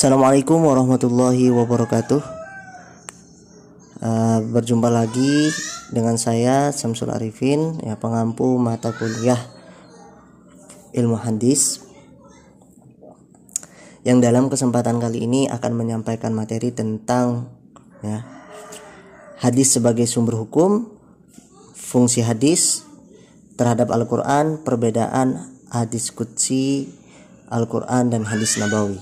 Assalamualaikum warahmatullahi wabarakatuh. Berjumpa lagi dengan saya Samsul Arifin, pengampu mata kuliah ilmu hadis, yang dalam kesempatan kali ini akan menyampaikan materi tentang hadis sebagai sumber hukum, fungsi hadis terhadap Al-Quran, perbedaan hadis qudsi, Al-Quran dan hadis nabawi.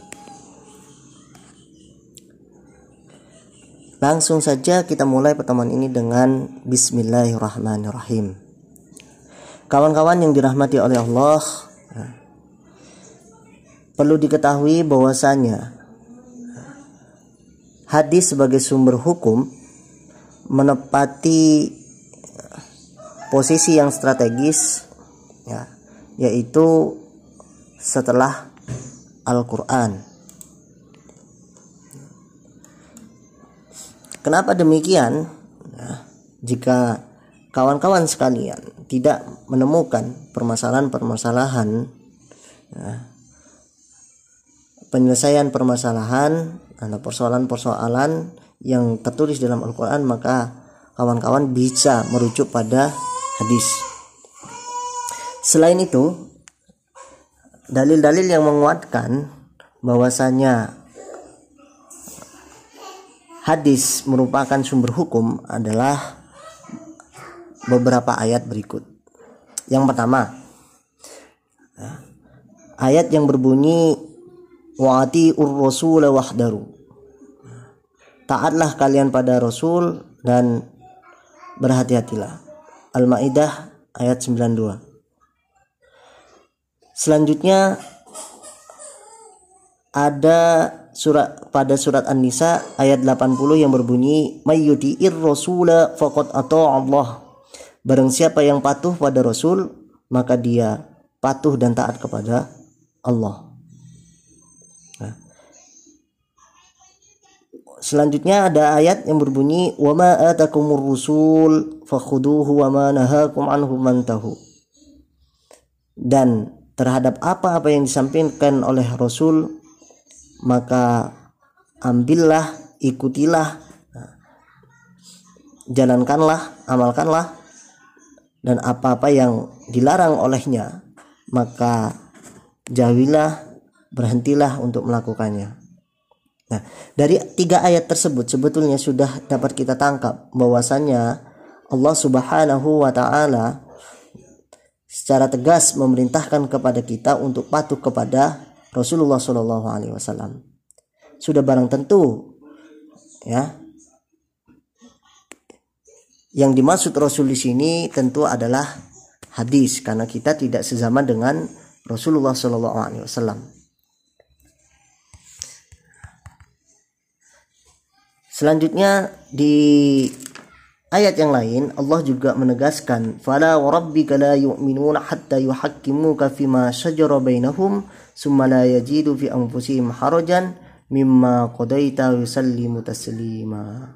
Langsung saja kita mulai pertemuan ini dengan Bismillahirrahmanirrahim. Kawan-kawan yang dirahmati oleh Allah, perlu diketahui bahwasanya hadis sebagai sumber hukum menepati posisi yang strategis, yaitu setelah Al-Quran. Kenapa demikian? Jika kawan-kawan sekalian tidak menemukan permasalahan-permasalahan, penyelesaian permasalahan atau persoalan-persoalan yang tertulis dalam Al-Quran, maka kawan-kawan bisa merujuk pada hadis. Selain itu, dalil-dalil yang menguatkan bahwasanya hadis merupakan sumber hukum adalah beberapa ayat berikut. Yang pertama, ayat yang berbunyi wa'ati'ur rasul wahdaru. Taatlah kalian pada Rasul dan berhati-hatilah. Al-Maidah ayat 92. Selanjutnya ada pada surat An-Nisa ayat 80 yang berbunyi mayyuti'ir rasula faqad ata'a Allah. Barang siapa yang patuh pada Rasul, maka dia patuh dan taat kepada Allah. Selanjutnya ada ayat yang berbunyi wa ma atakumur rusul fakhuduhu wa ma nahakum anhu mantahu. Dan terhadap apa-apa yang disampaikan oleh Rasul, maka ambillah, ikutilah, jalankanlah, amalkanlah, dan apa-apa yang dilarang olehnya, maka jauhilah, berhentilah untuk melakukannya. Nah, dari 3 ayat tersebut sebetulnya sudah dapat kita tangkap bahwasanya Allah Subhanahu wa Ta'ala secara tegas memerintahkan kepada kita untuk patuh kepada Rasulullah Shallallahu Alaihi Wasallam. Sudah barang tentu, yang dimaksud Rasul di sini tentu adalah hadis, karena kita tidak sezaman dengan Rasulullah Shallallahu Alaihi Wasallam. Selanjutnya di ayat yang lain Allah juga menegaskan fala warabbika la yu'minuna hatta yuhakkimuka fima shajara bainahum summa la yajidu fi anfusihim harajan mimma qadaita wa yusallimu taslima.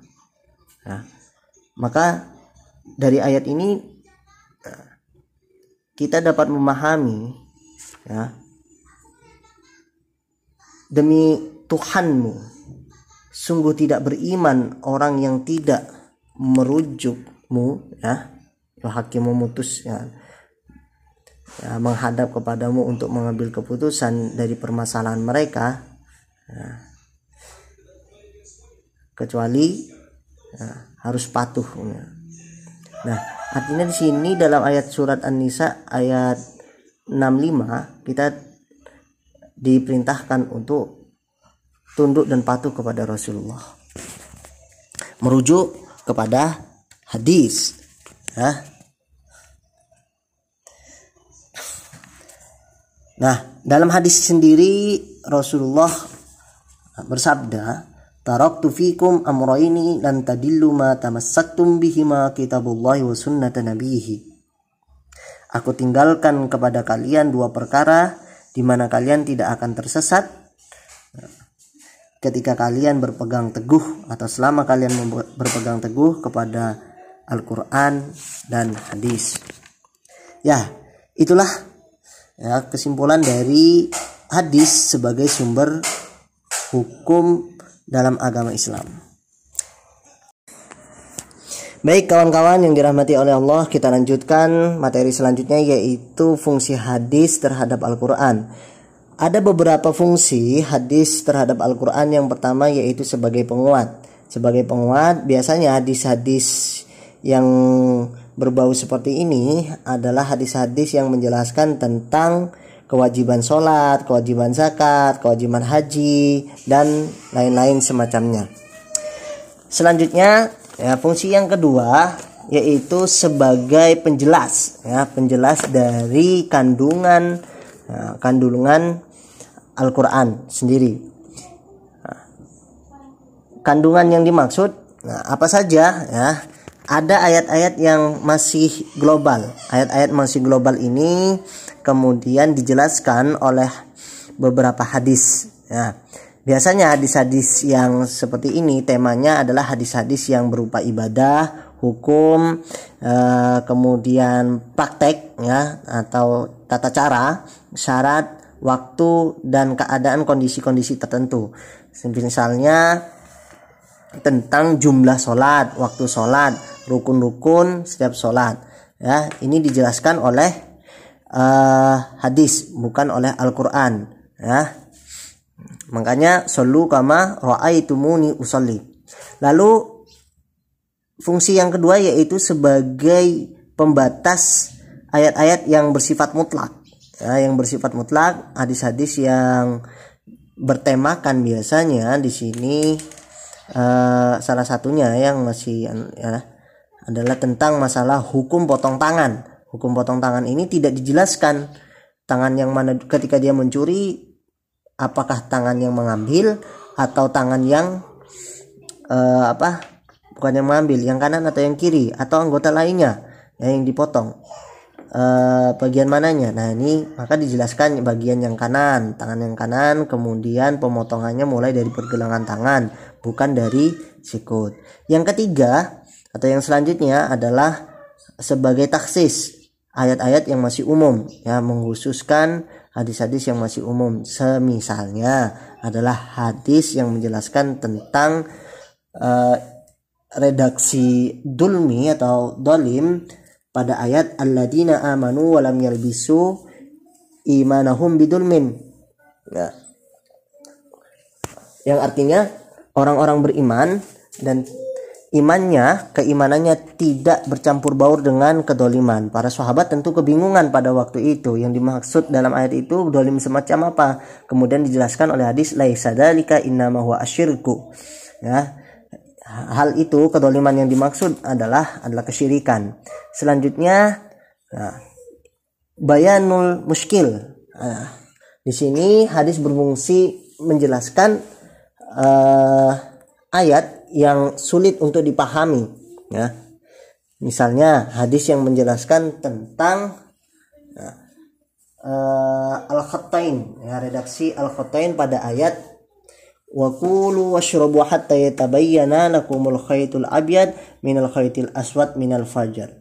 Maka dari ayat ini kita dapat memahami, demi Tuhanmu sungguh tidak beriman orang yang tidak merujukmu, hakim memutus, menghadap kepadamu untuk mengambil keputusan dari permasalahan mereka, kecuali harus patuh. Nah, artinya di sini dalam ayat surat An-Nisa ayat 65 kita diperintahkan untuk tunduk dan patuh kepada Rasulullah, merujuk kepada hadis. Nah, dalam hadis sendiri Rasulullah bersabda, taraktu fikum amrayni lan tadillu ma tamassaktum bihima kitabullahi wa sunnata nabiyhi. Aku tinggalkan kepada kalian 2 perkara di mana kalian tidak akan tersesat ketika kalian berpegang teguh atau selama kalian berpegang teguh kepada Al-Quran dan hadis. Itulah kesimpulan dari hadis sebagai sumber hukum dalam agama Islam. Baik kawan-kawan yang dirahmati oleh Allah, kita lanjutkan materi selanjutnya, yaitu fungsi hadis terhadap Al-Quran. Ada beberapa fungsi hadis terhadap Al-Quran. Yang pertama yaitu sebagai penguat. Sebagai penguat, biasanya hadis-hadis yang berbau seperti ini adalah hadis-hadis yang menjelaskan tentang kewajiban sholat, kewajiban zakat, kewajiban haji, dan lain-lain semacamnya. Selanjutnya, fungsi yang kedua yaitu sebagai penjelas, penjelas dari kandungan Al-Quran sendiri. Kandungan yang dimaksud, apa saja ya? Ada ayat-ayat yang masih global. Ayat-ayat masih global ini kemudian dijelaskan oleh beberapa hadis. Ya. Biasanya hadis-hadis yang seperti ini temanya adalah hadis-hadis yang berupa ibadah, hukum, kemudian praktek ya, atau tata cara, syarat, waktu, dan keadaan kondisi-kondisi tertentu. Misalnya tentang jumlah sholat, waktu sholat, rukun-rukun setiap sholat. Ya, ini dijelaskan oleh hadis, bukan oleh Al-Quran. Ya, makanya shollu kama ra'aitumuni usolli. Lalu fungsi yang kedua yaitu sebagai pembatas ayat-ayat yang bersifat mutlak. Ya, yang bersifat mutlak, hadis-hadis yang bertemakan biasanya di sini salah satunya yang masih ya, adalah tentang masalah hukum potong tangan. Hukum potong tangan ini tidak dijelaskan tangan yang mana ketika dia mencuri, apakah tangan yang mengambil atau tangan yang bukan yang mengambil, yang kanan atau yang kiri, atau anggota lainnya yang dipotong, bagian mananya. Nah ini maka dijelaskan bagian yang kanan, tangan yang kanan, kemudian pemotongannya mulai dari pergelangan tangan, bukan dari sikut. Yang ketiga atau yang selanjutnya adalah sebagai taksis, ayat-ayat yang masih umum, ya, mengkhususkan hadis-hadis yang masih umum. Semisalnya adalah hadis yang menjelaskan tentang redaksi dulmi atau dolim pada ayat alladzina amanu walam yalbisu imanahum bidulmin, ya, yang artinya orang-orang beriman dan keimanannya tidak bercampur baur dengan kedoliman. Para sahabat tentu kebingungan pada waktu itu, yang dimaksud dalam ayat itu dolim semacam apa. Kemudian dijelaskan oleh hadis laisa dzalika innama huwa asyirku, ya, hal itu, kedoliman yang dimaksud adalah kesyirikan. Selanjutnya, bayanul muskil. Di sini hadis berfungsi menjelaskan ayat yang sulit untuk dipahami. Ya. Misalnya hadis yang menjelaskan tentang al-khatain, ya, redaksi al-khatain pada ayat wa kulu washrabu hatta yatabayyana lakumul khaytul abyad minal khaytil aswad minal fajr.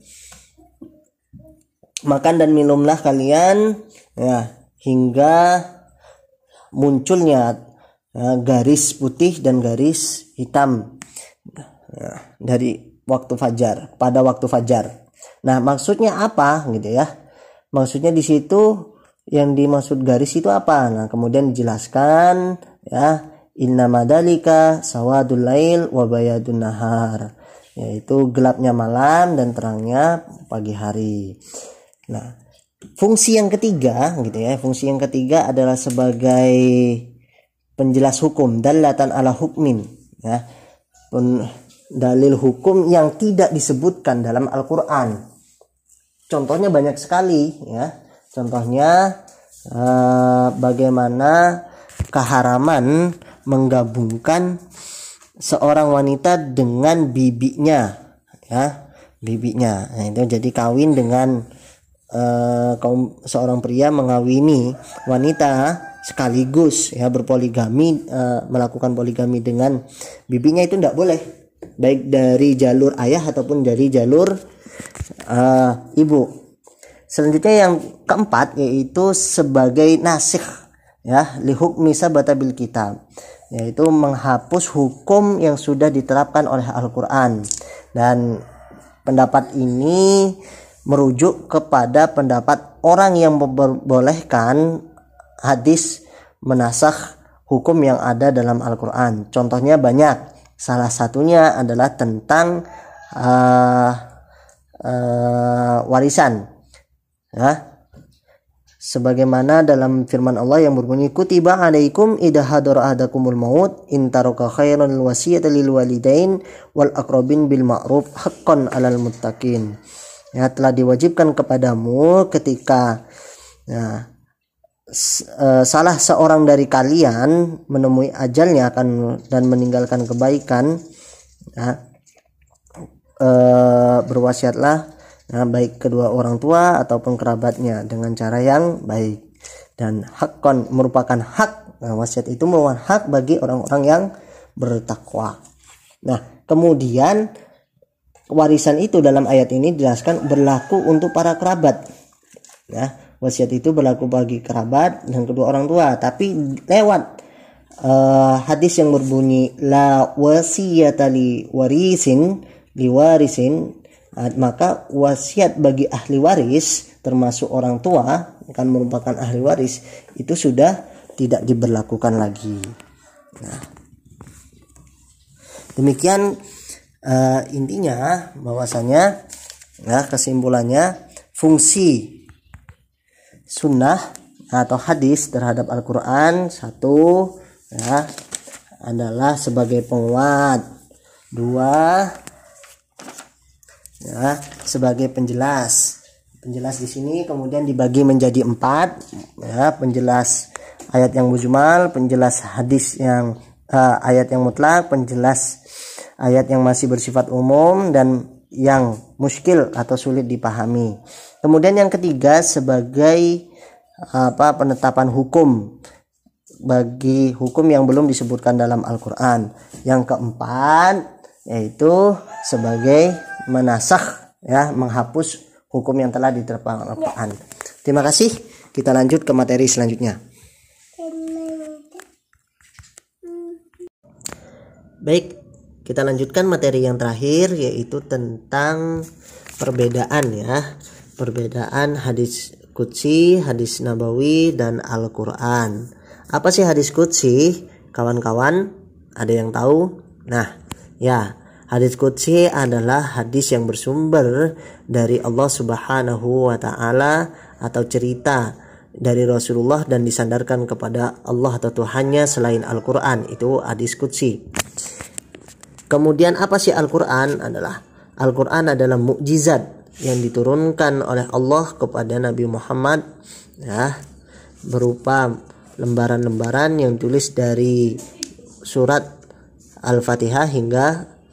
Makan dan minumlah kalian, ya, hingga munculnya garis putih dan garis hitam, ya, dari waktu fajar, pada waktu fajar. Nah, maksudnya apa gitu ya? Maksudnya di situ yang dimaksud garis itu apa? Nah, kemudian dijelaskan, ya, innama dzalika sawadul lail wa bayadun nahar, yaitu gelapnya malam dan terangnya pagi hari. Nah, fungsi yang ketiga gitu ya, fungsi yang ketiga adalah sebagai penjelas hukum, dalatan ala hukmin, ya, dalil hukum yang tidak disebutkan dalam Al-Quran. Contohnya banyak sekali, ya. Contohnya bagaimana keharaman menggabungkan seorang wanita dengan bibinya, ya, bibinya. Nah, itu jadi kawin dengan seorang pria mengawini wanita sekaligus, ya, berpoligami, melakukan poligami dengan bibinya, itu tidak boleh, baik dari jalur ayah ataupun dari jalur ibu. Selanjutnya yang keempat yaitu sebagai nasikh, ya, li hukmi sabata bil kitab, yaitu menghapus hukum yang sudah diterapkan oleh Al-Qur'an. Dan pendapat ini merujuk kepada pendapat orang yang membolehkan hadis menasakh hukum yang ada dalam Al-Qur'an. Contohnya banyak. Salah satunya adalah tentang warisan, ya. Sebagaimana dalam firman Allah yang berbunyi, kutiba alaikum idza hadara ahadakumul maut in taraka khairan wasiyata lil walidain wal aqrabin bil ma'ruf haqqan 'alal muttaqin. Ya, telah diwajibkan kepadamu ketika salah seorang dari kalian menemui ajalnya dan meninggalkan kebaikan, ya, berwasiatlah, baik kedua orang tua ataupun kerabatnya dengan cara yang baik. Dan hakon merupakan hak, wasiat itu merupakan hak bagi orang-orang yang bertakwa. Nah, kemudian warisan itu dalam ayat ini dijelaskan berlaku untuk para kerabat, ya. Wasiat itu berlaku bagi kerabat dan kedua orang tua, tapi lewat hadis yang berbunyi la wasiyata li warisin, maka wasiat bagi ahli waris termasuk orang tua kan merupakan ahli waris itu sudah tidak diberlakukan lagi. Nah, demikian intinya, bahwasanya, ya, kesimpulannya fungsi sunnah atau hadis terhadap Al-Quran, satu, ya, adalah sebagai penguat, dua, ya, sebagai penjelas di sini kemudian dibagi menjadi 4, ya, penjelas ayat yang mujmal, penjelas hadis yang ayat yang mutlak, penjelas ayat yang masih bersifat umum, dan yang muskil atau sulit dipahami. Kemudian yang ketiga sebagai penetapan hukum bagi hukum yang belum disebutkan dalam Al-Quran. Yang keempat yaitu sebagai menasakh, ya, menghapus hukum yang telah diterapkan Al-Quran. Terima kasih. Kita lanjut ke materi selanjutnya. Baik, kita lanjutkan materi yang terakhir, yaitu tentang perbedaan, ya, perbedaan hadis qudsi, hadis nabawi, dan Al-Quran. Apa sih hadis qudsi, kawan-kawan? Ada yang tahu? Nah, ya, hadis qudsi adalah hadis yang bersumber dari Allah Subhanahu wa Ta'ala atau cerita dari Rasulullah dan disandarkan kepada Allah atau Tuhannya selain Al-Quran. Itu hadis qudsi. Kemudian apa sih Al-Quran? Al-Quran adalah mukjizat yang diturunkan oleh Allah kepada Nabi Muhammad, ya, berupa lembaran-lembaran yang tulis dari surat Al-Fatihah hingga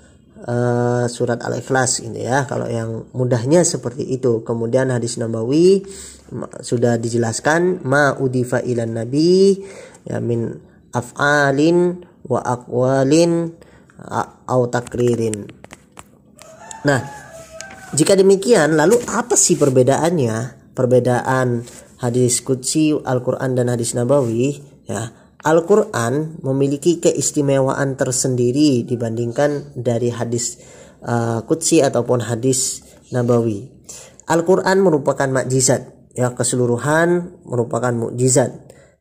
surat Al-Ikhlas, ini, ya, kalau yang mudahnya seperti itu. Kemudian hadis nabawi sudah dijelaskan ma udifa ilan nabi, ya, min af'alin wa aqwalin au takririn. Nah, jika demikian, lalu apa sih perbedaannya? Perbedaan hadis qudsi, Al-Quran, dan hadis nabawi, ya. Al-Quran memiliki keistimewaan tersendiri dibandingkan dari hadis qudsi ataupun hadis nabawi. Al-Quran merupakan mukjizat, ya, keseluruhan merupakan mukjizat,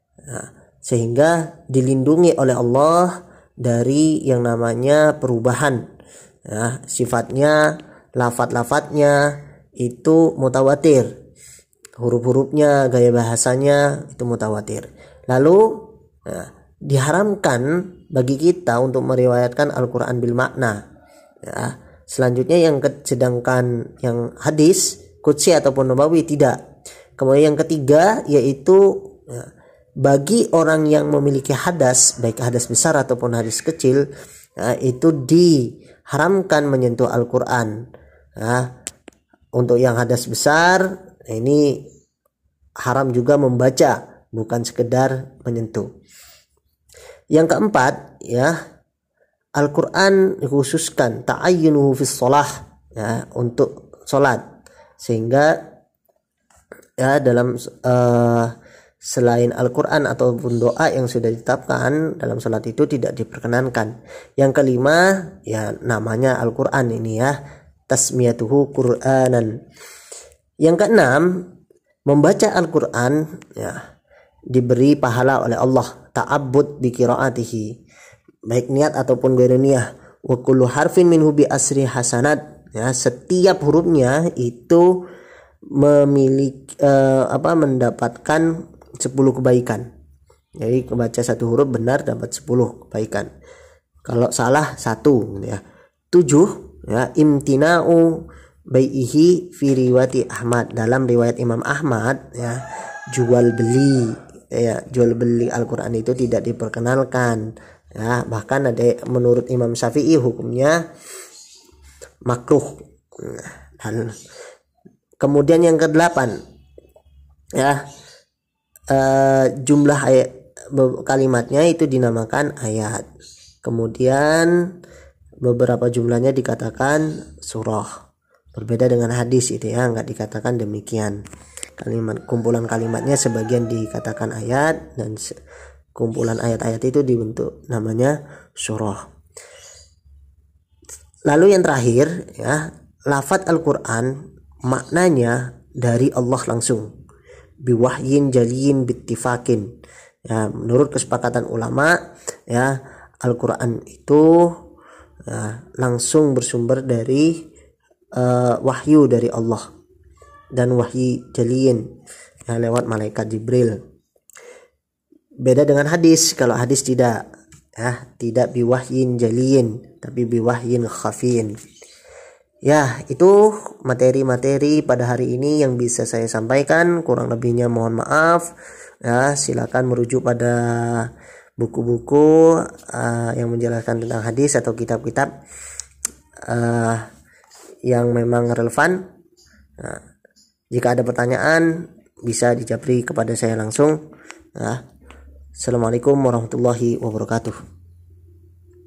sehingga dilindungi oleh Allah dari yang namanya perubahan, ya, sifatnya, lafadz-lafadznya itu mutawatir, huruf-hurufnya, gaya bahasanya itu mutawatir. Lalu, ya, diharamkan bagi kita untuk meriwayatkan Al-Quran bil makna, ya. Selanjutnya sedangkan yang hadis qudsi ataupun nabawi tidak. Kemudian yang ketiga yaitu, ya, bagi orang yang memiliki hadas, baik hadas besar ataupun hadas kecil, ya, itu diharamkan menyentuh Al-Quran, ya. Untuk yang hadas besar ini haram juga membaca, bukan sekedar menyentuh. Yang keempat, ya, Al-Quran dikhususkan ta'ayyunuhu fis shalah, ya, untuk sholat, sehingga, ya, dalam selain Al-Quran ataupun doa yang sudah ditetapkan dalam sholat itu tidak diperkenankan. Yang kelima, ya namanya Al-Quran ini ya, tasmiyatuhu Qur'anan. Yang keenam, membaca Al-Quran ya diberi pahala oleh Allah, ta'abbud bi qiraatihi, baik niat ataupun ghairu niyah. Wa kullu harfin minhu bi asri hasanat, ya setiap hurufnya itu memiliki mendapatkan 10 kebaikan. Jadi membaca satu huruf benar dapat 10 kebaikan. Kalau salah 1 ya. 7 ya, imtina'u bai'ihi fi riwayati Ahmad, dalam riwayat Imam Ahmad ya, jual beli Al-Quran itu tidak diperkenalkan ya, bahkan ada menurut Imam Syafi'i hukumnya makruh. Dan kemudian yang ke-8 ya, jumlah ayat kalimatnya itu dinamakan ayat. Kemudian beberapa jumlahnya dikatakan surah. Berbeda dengan hadis itu ya, nggak dikatakan demikian. Kumpulan kalimatnya sebagian dikatakan ayat, dan kumpulan ayat-ayat itu dibentuk namanya surah. Lalu yang terakhir ya, lafadz Al-Quran maknanya dari Allah langsung, biwahyin jaliyin bittifakin ya, menurut kesepakatan ulama ya, Al-Quran itu ya, langsung bersumber dari wahyu dari Allah, dan wahyi jaliyin ya, lewat malaikat Jibril. Beda dengan hadis. Kalau hadis tidak ya, tidak biwahyin jaliyin tapi biwahyin khafiyin. Ya, itu materi-materi pada hari ini yang bisa saya sampaikan. Kurang lebihnya mohon maaf ya. Silakan merujuk pada buku-buku yang menjelaskan tentang hadis atau kitab-kitab yang memang relevan. Nah, jika ada pertanyaan bisa dijabri kepada saya langsung ya. Assalamualaikum warahmatullahi wabarakatuh.